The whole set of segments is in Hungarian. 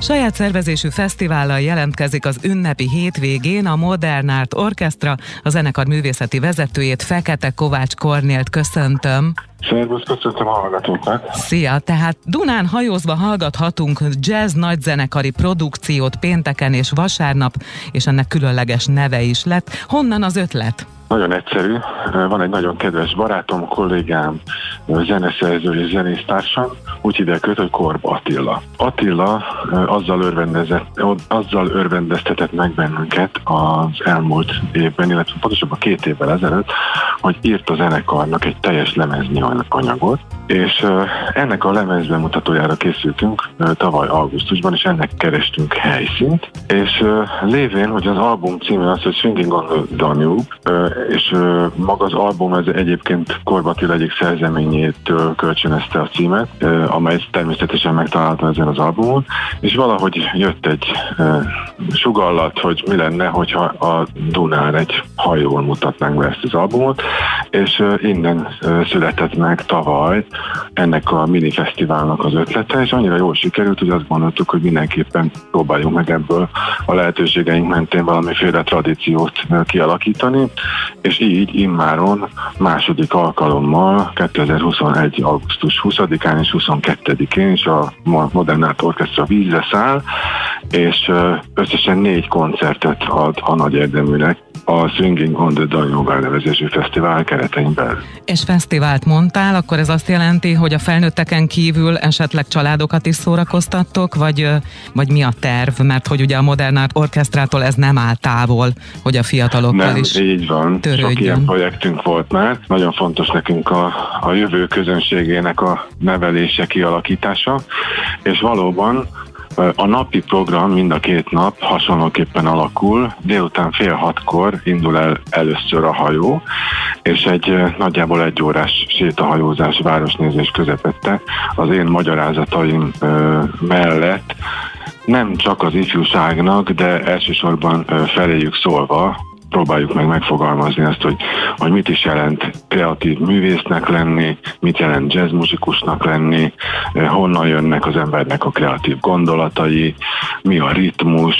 Saját szervezésű fesztivállal jelentkezik az ünnepi hétvégén a Modern Art Orchestra, a zenekar művészeti vezetőjét, Fekete Kovács Kornélt köszöntöm. Szervusz, köszöntöm a hallgatókat! Szia! Tehát Dunán hajózva hallgathatunk jazz nagyzenekari produkciót pénteken és vasárnap, és ennek különleges neve is lett. Honnan az ötlet? Nagyon egyszerű. Van egy nagyon kedves barátom, kollégám, zeneszerző és zenésztársam, úgy hívják őt, hogy Korba Attila. Attila azzal örvendeztetett meg bennünket az elmúlt évben, illetve pontosabban 2 évvel ezelőtt, hogy írt a zenekarnak egy teljes lemeznyi anyagot, és ennek a lemezbemutatójára készültünk tavaly augusztusban, és ennek kerestünk helyszínt, és lévén, hogy az album címe az, hogy Swinging on the Danube, és maga az album ez egyébként Korba Attila egyik szerzeményétől kölcsönözte a címet, amely természetesen megtalálta ezen az albumon, és valahogy jött egy sugallat, hogy mi lenne, hogyha a Dunán egy hajón mutatnánk be ezt az albumot, és innen született meg tavaly ennek a minifesztiválnak az ötlete, és annyira jól sikerült, hogy azt gondoltuk, hogy mindenképpen próbáljunk meg ebből a lehetőségeink mentén valamiféle tradíciót kialakítani, és így immáron második alkalommal 2021. augusztus 20-án és 22-én is a Modern Art Orchestra vízre száll, és összesen 4 koncertet ad a nagy érdeműnek a Swinging on the Danube elnevezésű fesztivál keretein belül. És fesztivált mondtál, akkor ez azt jelenti, hogy a felnőtteken kívül esetleg családokat is szórakoztattok, vagy mi a terv? Mert hogy ugye a Modern Art Orchestrától ez nem áll távol, hogy a fiatalokkal is törődjön. Így van, sok ilyen projektünk volt már. Nagyon fontos nekünk a jövő közönségének a nevelése, kialakítása, és valóban a napi program mind a 2 nap hasonlóképpen alakul. Délután 5:30 indul el először a hajó, és egy nagyjából 1 órás sétahajózás városnézés közepette az én magyarázataim mellett nem csak az ifjúságnak, de elsősorban feléjük szólva próbáljuk meg megfogalmazni azt, hogy mit is jelent kreatív művésznek lenni, mit jelent jazzmuzikusnak lenni, honnan jönnek az embernek a kreatív gondolatai, mi a ritmus,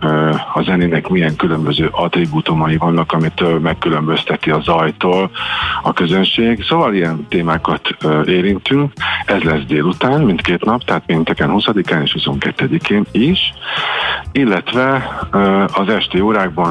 a zenének milyen különböző attribútumai vannak, amitől megkülönbözteti a zajtól a közönség. Szóval ilyen témákat érintünk. Ez lesz délután, mindkét nap, tehát pénteken 20-án és 22-én is, illetve az esti órákban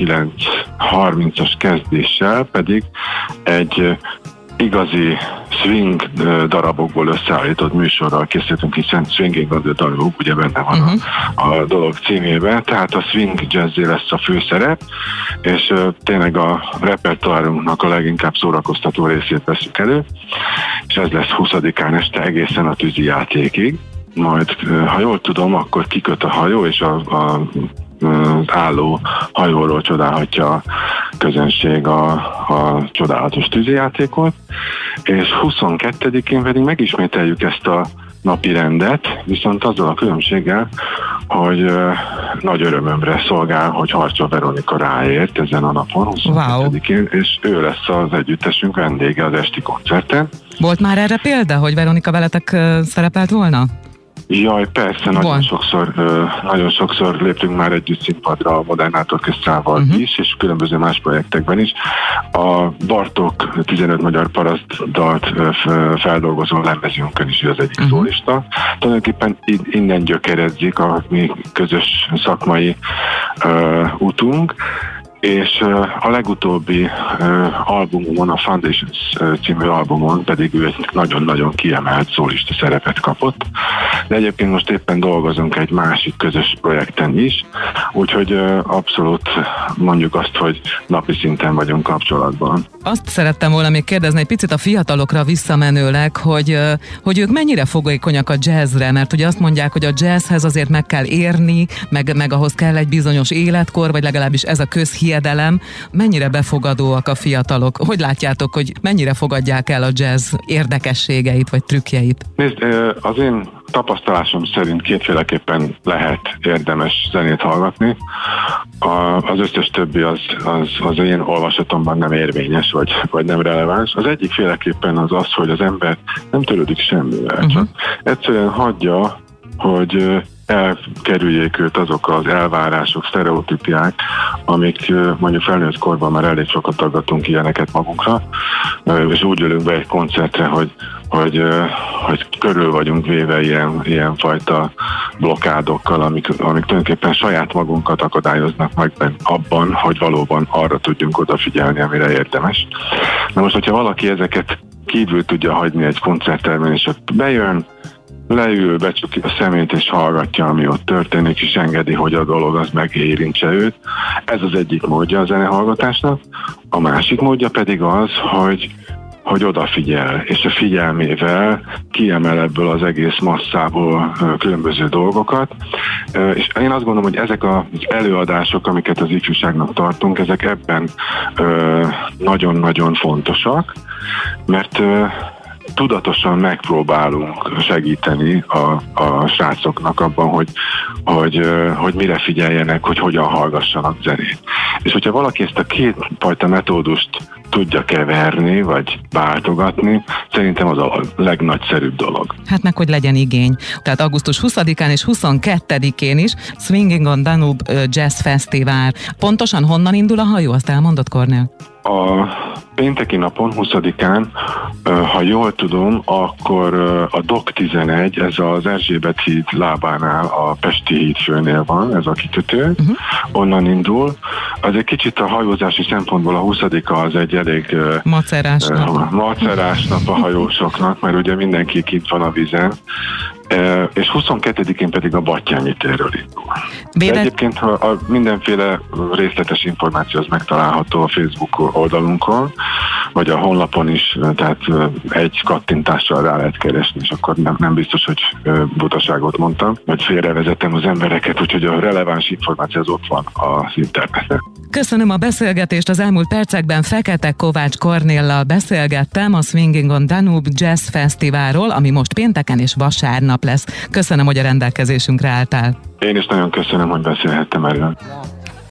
19:30-as kezdéssel pedig egy igazi swing darabokból összeállított műsorral készítünk, hiszen Swinging on the Danube, ugye benne van a dolog címében, tehát a swing jazzé lesz a főszerep, és tényleg a repertoárunknak a leginkább szórakoztató részét veszük elő, és ez lesz 20-án este egészen a tűzi játékig. Majd, ha jól tudom, akkor kiköt a hajó, és az álló hajóról csodálhatja a közönség a csodálatos tűzijátékot, és 22-én pedig megismételjük ezt a napi rendet, viszont azzal a különbséggel, hogy nagy örömömre szolgál, hogy Harcsa Veronika ráért ezen a napon, 22-én, és ő lesz az együttesünk vendége az esti koncerten. Volt már erre példa, hogy Veronika veletek szerepelt volna? Jaj, persze, nagyon sokszor léptünk már együtt színpadra a Modern Art Orchestrával is, és különböző más projektekben is. A Bartók 15 magyar paraszt dalt feldolgozó lemezünkön is az egyik szólista. Tulajdonképpen innen gyökeredzik a mi közös szakmai utunk, és a legutóbbi albumon, a Foundations című albumon pedig ő egy nagyon-nagyon kiemelt szólista szerepet kapott, de egyébként most éppen dolgozunk egy másik közös projekten is, úgyhogy abszolút mondjuk azt, hogy napi szinten vagyunk kapcsolatban. Azt szerettem volna még kérdezni egy picit a fiatalokra visszamenőleg, hogy ők mennyire fogékonyak a jazzre, mert ugye azt mondják, hogy a jazzhez azért meg kell érni, meg ahhoz kell egy bizonyos életkor, vagy legalábbis ez a közhiedelem. Mennyire befogadóak a fiatalok? Hogy látjátok, hogy mennyire fogadják el a jazz érdekességeit, vagy trükkjeit? Nézd, az én tapasztalásom szerint kétféleképpen lehet érdemes zenét hallgatni. Az összes többi az én olvasatomban nem érvényes, vagy nem releváns. Az egyik féleképpen az, hogy az ember nem törődik semmivel, csak egyszerűen hagyja, hogy elkerüljék őt azok az elvárások, sztereotípiák, amik mondjuk felnőtt korban már elég sokat tagadtunk ilyeneket magunkra, és úgy ülünk be egy koncertre, hogy körül vagyunk véve ilyenfajta blokkádokkal, amik tulajdonképpen saját magunkat akadályoznak meg abban, hogy valóban arra tudjunk odafigyelni, amire érdemes. Na most, hogyha valaki ezeket kívül tudja hagyni egy koncerttermen, és ott bejön, leül, becsukja a szemét és hallgatja, ami ott történik, és engedi, hogy a dolog az megérintse őt. Ez az egyik módja a zenehallgatásnak. A másik módja pedig az, hogy odafigyel, és a figyelmével kiemel ebből az egész masszából különböző dolgokat. És én azt gondolom, hogy ezek az előadások, amiket az ifjúságnak tartunk, ezek ebben nagyon-nagyon fontosak, mert tudatosan megpróbálunk segíteni a srácoknak abban, hogy mire figyeljenek, hogy hogyan hallgassanak zenét. És hogyha valaki ezt a két fajta metódust tudja keverni, vagy váltogatni, szerintem az a legnagyszerűbb dolog. Hát meg, hogy legyen igény. Tehát augusztus 20-án és 22-én is Swinging on Danube Jazz Fesztivál. Pontosan honnan indul a hajó? Azt elmondott, Kornél? A pénteki napon, 20-án, ha jól tudom, akkor a DOK 11, ez az Erzsébet híd lábánál, a Pesti hídfőnél van, ez a kikötő, onnan indul. Az egy kicsit a hajózási szempontból a 20-a az egy elég macerás nap a hajósoknak, mert ugye mindenki kint van a vízen, és 22-én pedig a Battyányi térről indul. De egyébként a mindenféle részletes információ az megtalálható a Facebook oldalunkon, vagy a honlapon is, tehát egy kattintással rá lehet keresni, és akkor nem biztos, hogy butaságot mondtam, vagy félrevezettem az embereket, úgyhogy a releváns információ az ott van az interneten. Köszönöm a beszélgetést, az elmúlt percekben Fekete Kovács Kornéllal beszélgettem a Swinging on Danube Jazz Fesztiválról, ami most pénteken és vasárnap lesz. Köszönöm, hogy a rendelkezésünkre álltál. Én is nagyon köszönöm, hogy beszélhettem erről.